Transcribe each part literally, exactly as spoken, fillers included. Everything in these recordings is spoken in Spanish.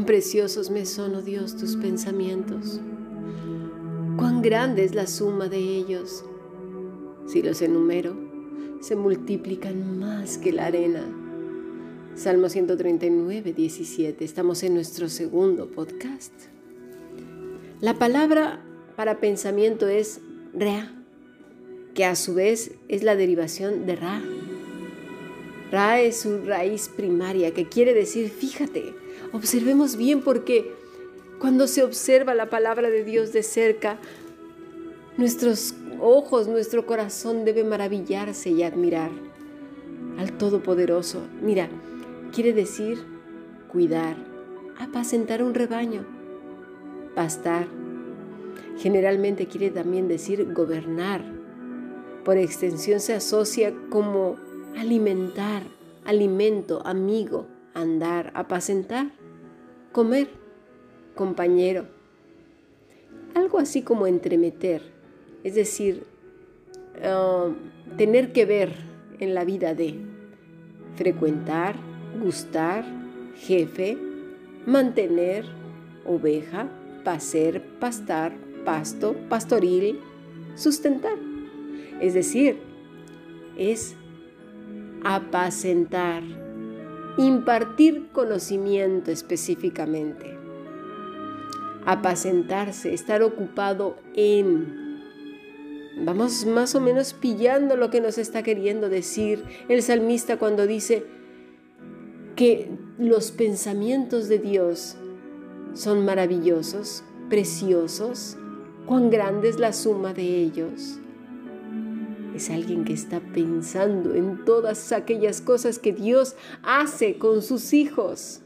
preciosos me son, oh Dios, tus pensamientos. Cuán grande es la suma de ellos. Si los enumero, se multiplican más que la arena. Salmo ciento treinta y nueve, diecisiete. Estamos en nuestro segundo podcast. La palabra para pensamiento es rea, que a su vez es la derivación de ra. Ra es su raíz primaria, que quiere decir, fíjate, observemos bien, porque cuando se observa la palabra de Dios de cerca, nuestros ojos, nuestro corazón debe maravillarse y admirar al Todopoderoso. Mira, quiere decir cuidar, apacentar un rebaño, pastar. Generalmente quiere también decir gobernar. Por extensión se asocia como alimentar, alimento, amigo, andar, apacentar, comer, compañero. Algo así como entremeter, es decir, uh, tener que ver en la vida de frecuentar, gustar, jefe, mantener, oveja, pacer, pastar, pasto, pastoril, sustentar. Es decir, es apacentar, impartir conocimiento específicamente. Apacentarse, estar ocupado en. Vamos más o menos pillando lo que nos está queriendo decir el salmista cuando dice que los pensamientos de Dios son maravillosos, preciosos, cuán grande es la suma de ellos. Es alguien que está pensando en todas aquellas cosas que Dios hace con sus hijos.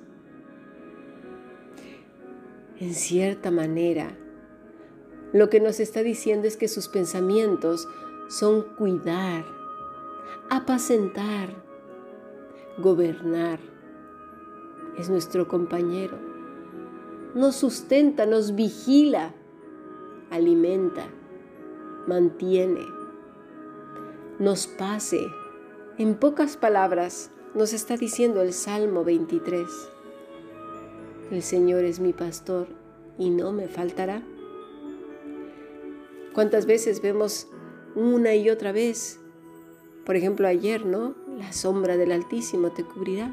En cierta manera, lo que nos está diciendo es que sus pensamientos son cuidar, apacentar, gobernar. Es nuestro compañero. Nos sustenta, nos vigila, alimenta, mantiene, nos pase. En pocas palabras, nos está diciendo el Salmo veintitrés. El Señor es mi pastor y no me faltará. ¿Cuántas veces vemos una y otra vez? Por ejemplo, ayer, ¿no? La sombra del Altísimo te cubrirá.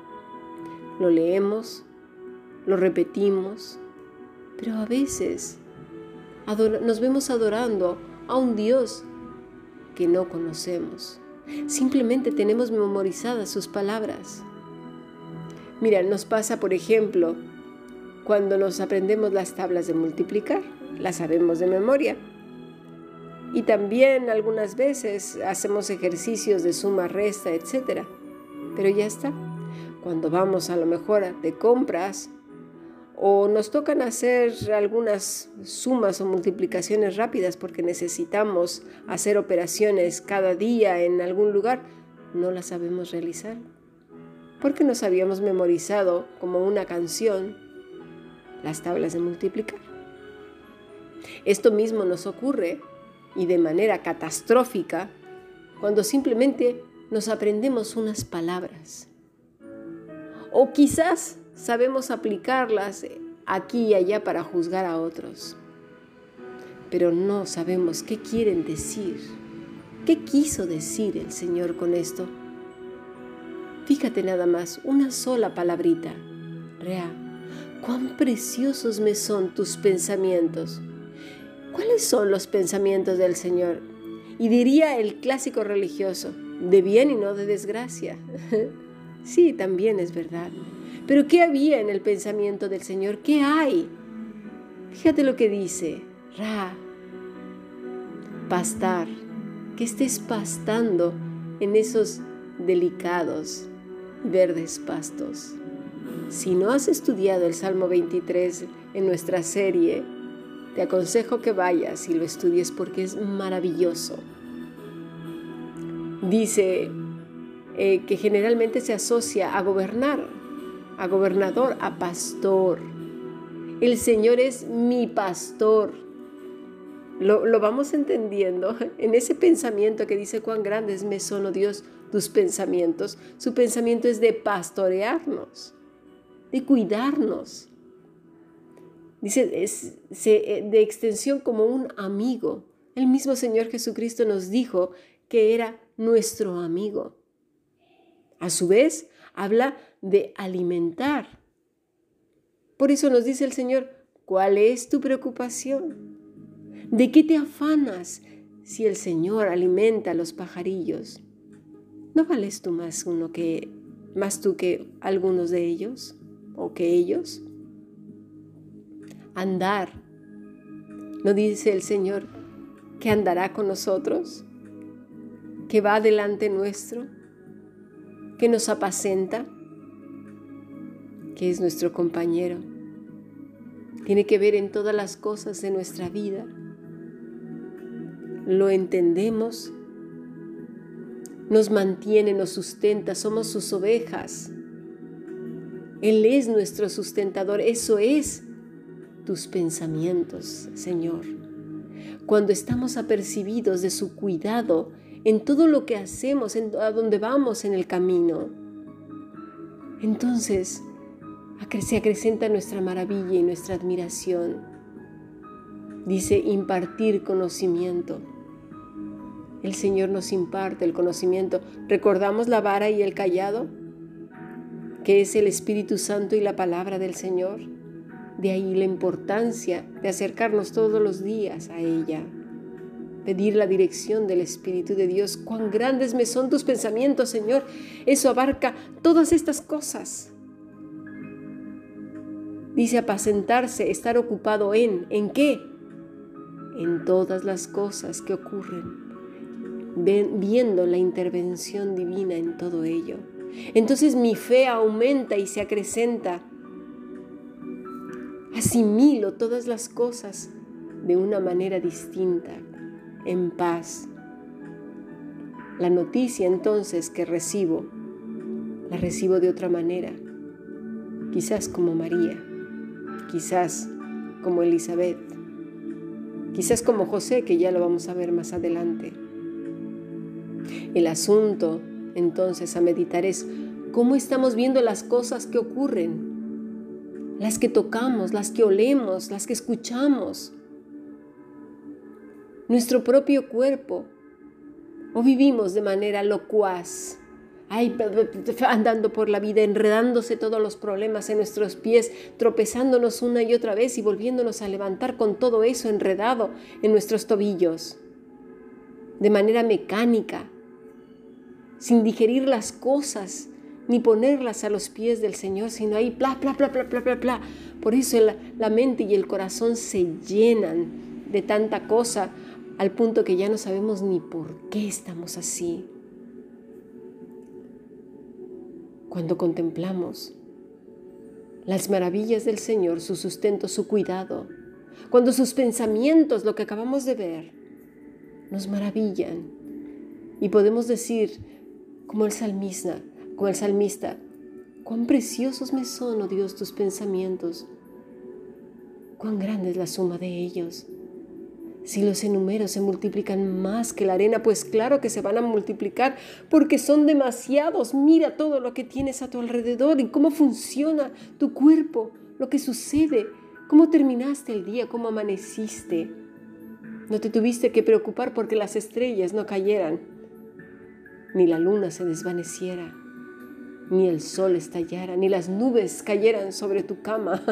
Lo leemos, lo repetimos, pero a veces adora- nos vemos adorando a un Dios que no conocemos. Simplemente tenemos memorizadas sus palabras. Mira, nos pasa, por ejemplo, cuando nos aprendemos las tablas de multiplicar, las sabemos de memoria. Y también algunas veces hacemos ejercicios de suma, resta, etcétera. Pero ya está. Cuando vamos a lo mejor de compras o nos tocan hacer algunas sumas o multiplicaciones rápidas porque necesitamos hacer operaciones cada día en algún lugar, no las sabemos realizar. Porque nos habíamos memorizado como una canción las tablas de multiplicar. Esto mismo nos ocurre, y de manera catastrófica, cuando simplemente nos aprendemos unas palabras. O quizás sabemos aplicarlas aquí y allá para juzgar a otros, pero no sabemos qué quieren decir. ¿Qué quiso decir el Señor con esto? Fíjate nada más, una sola palabrita. Rea, cuán preciosos me son tus pensamientos. ¿Cuáles son los pensamientos del Señor? Y diría el clásico religioso, de bien y no de desgracia. Sí, también es verdad. Pero ¿qué había en el pensamiento del Señor? ¿Qué hay? Fíjate lo que dice. Ra, pastar, que estés pastando en esos delicados y verdes pastos. Si no has estudiado el Salmo veintitrés en nuestra serie, te aconsejo que vayas y lo estudies porque es maravilloso. Dice eh, que generalmente se asocia a gobernar, a gobernador, a pastor. El Señor es mi pastor. Lo, lo vamos entendiendo en ese pensamiento que dice cuán grandes me son, oh Dios, tus pensamientos. Su pensamiento es de pastorearnos, de cuidarnos, Dice, es, se, de extensión como un amigo. El mismo Señor Jesucristo nos dijo que era nuestro amigo. A su vez, habla de alimentar. Por eso nos dice el Señor, ¿cuál es tu preocupación? ¿De qué te afanas si el Señor alimenta a los pajarillos? ¿No vales tú más uno que, más tú que algunos de ellos o que ellos? Andar. ¿No dice el Señor que andará con nosotros? ¿Que va delante nuestro? ¿Que nos apacenta? ¿Que es nuestro compañero? Tiene que ver en todas las cosas de nuestra vida. Lo entendemos, nos mantiene, nos sustenta, somos sus ovejas. Él es nuestro sustentador, eso es tus pensamientos, Señor. Cuando estamos apercibidos de su cuidado en todo lo que hacemos, en, a donde vamos en el camino, entonces se acrecenta nuestra maravilla y nuestra admiración. Dice impartir conocimiento. El Señor nos imparte el conocimiento. ¿Recordamos la vara y el cayado? Que es el Espíritu Santo y la palabra del Señor. De ahí la importancia de acercarnos todos los días a ella. Pedir la dirección del Espíritu de Dios. ¡Cuán grandes me son tus pensamientos, Señor! Eso abarca todas estas cosas. Dice apacentarse, estar ocupado en. ¿En qué? En todas las cosas que ocurren. Viendo la intervención divina en todo ello. Entonces mi fe aumenta y se acrecenta. Asimilo todas las cosas de una manera distinta, en paz. La noticia entonces que recibo, la recibo de otra manera, quizás como María, quizás como Elizabeth, quizás como José, que ya lo vamos a ver más adelante. El asunto entonces a meditar es cómo estamos viendo las cosas que ocurren, las que tocamos, las que olemos, las que escuchamos, nuestro propio cuerpo, o vivimos de manera locuaz, ay, andando por la vida, enredándose todos los problemas en nuestros pies, tropezándonos una y otra vez y volviéndonos a levantar con todo eso enredado en nuestros tobillos, de manera mecánica, sin digerir las cosas, ni ponerlas a los pies del Señor, sino ahí, bla, bla, bla, bla, bla, bla, bla. Por eso la, la mente y el corazón se llenan de tanta cosa, al punto que ya no sabemos ni por qué estamos así. Cuando contemplamos las maravillas del Señor, su sustento, su cuidado, cuando sus pensamientos, lo que acabamos de ver, nos maravillan y podemos decir, como el salmista, como el salmista, cuán preciosos me son, oh Dios, tus pensamientos, cuán grande es la suma de ellos. Si los enumero se multiplican más que la arena, pues claro que se van a multiplicar porque son demasiados. Mira todo lo que tienes a tu alrededor y cómo funciona tu cuerpo, lo que sucede, cómo terminaste el día, cómo amaneciste. No te tuviste que preocupar porque las estrellas no cayeran, ni la luna se desvaneciera, ni el sol estallara, ni las nubes cayeran sobre tu cama,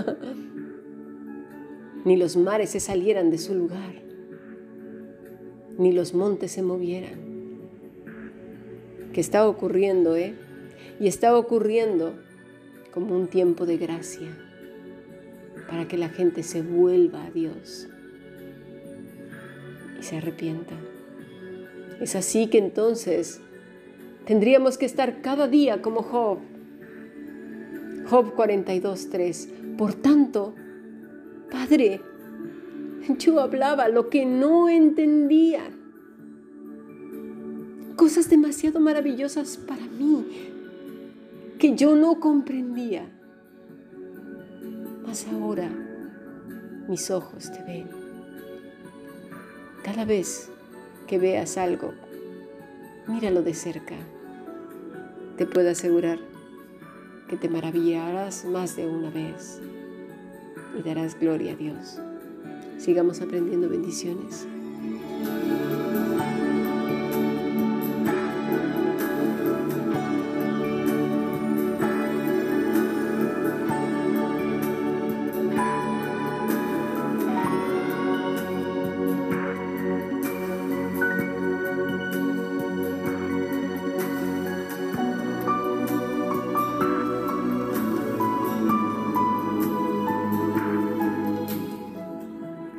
ni los mares se salieran de su lugar, ni los montes se movieran. ¿Qué está ocurriendo, eh? Y está ocurriendo como un tiempo de gracia para que la gente se vuelva a Dios y se arrepienta. Es así que entonces tendríamos que estar cada día como Job. Job cuarenta y dos, tres. Por tanto, Padre, yo hablaba lo que no entendía. Cosas demasiado maravillosas para mí que yo no comprendía. Mas ahora mis ojos te ven. Cada vez que veas algo, míralo de cerca. Te puedo asegurar que te maravillarás más de una vez. y darás gloria a Dios. Sigamos aprendiendo. Bendiciones.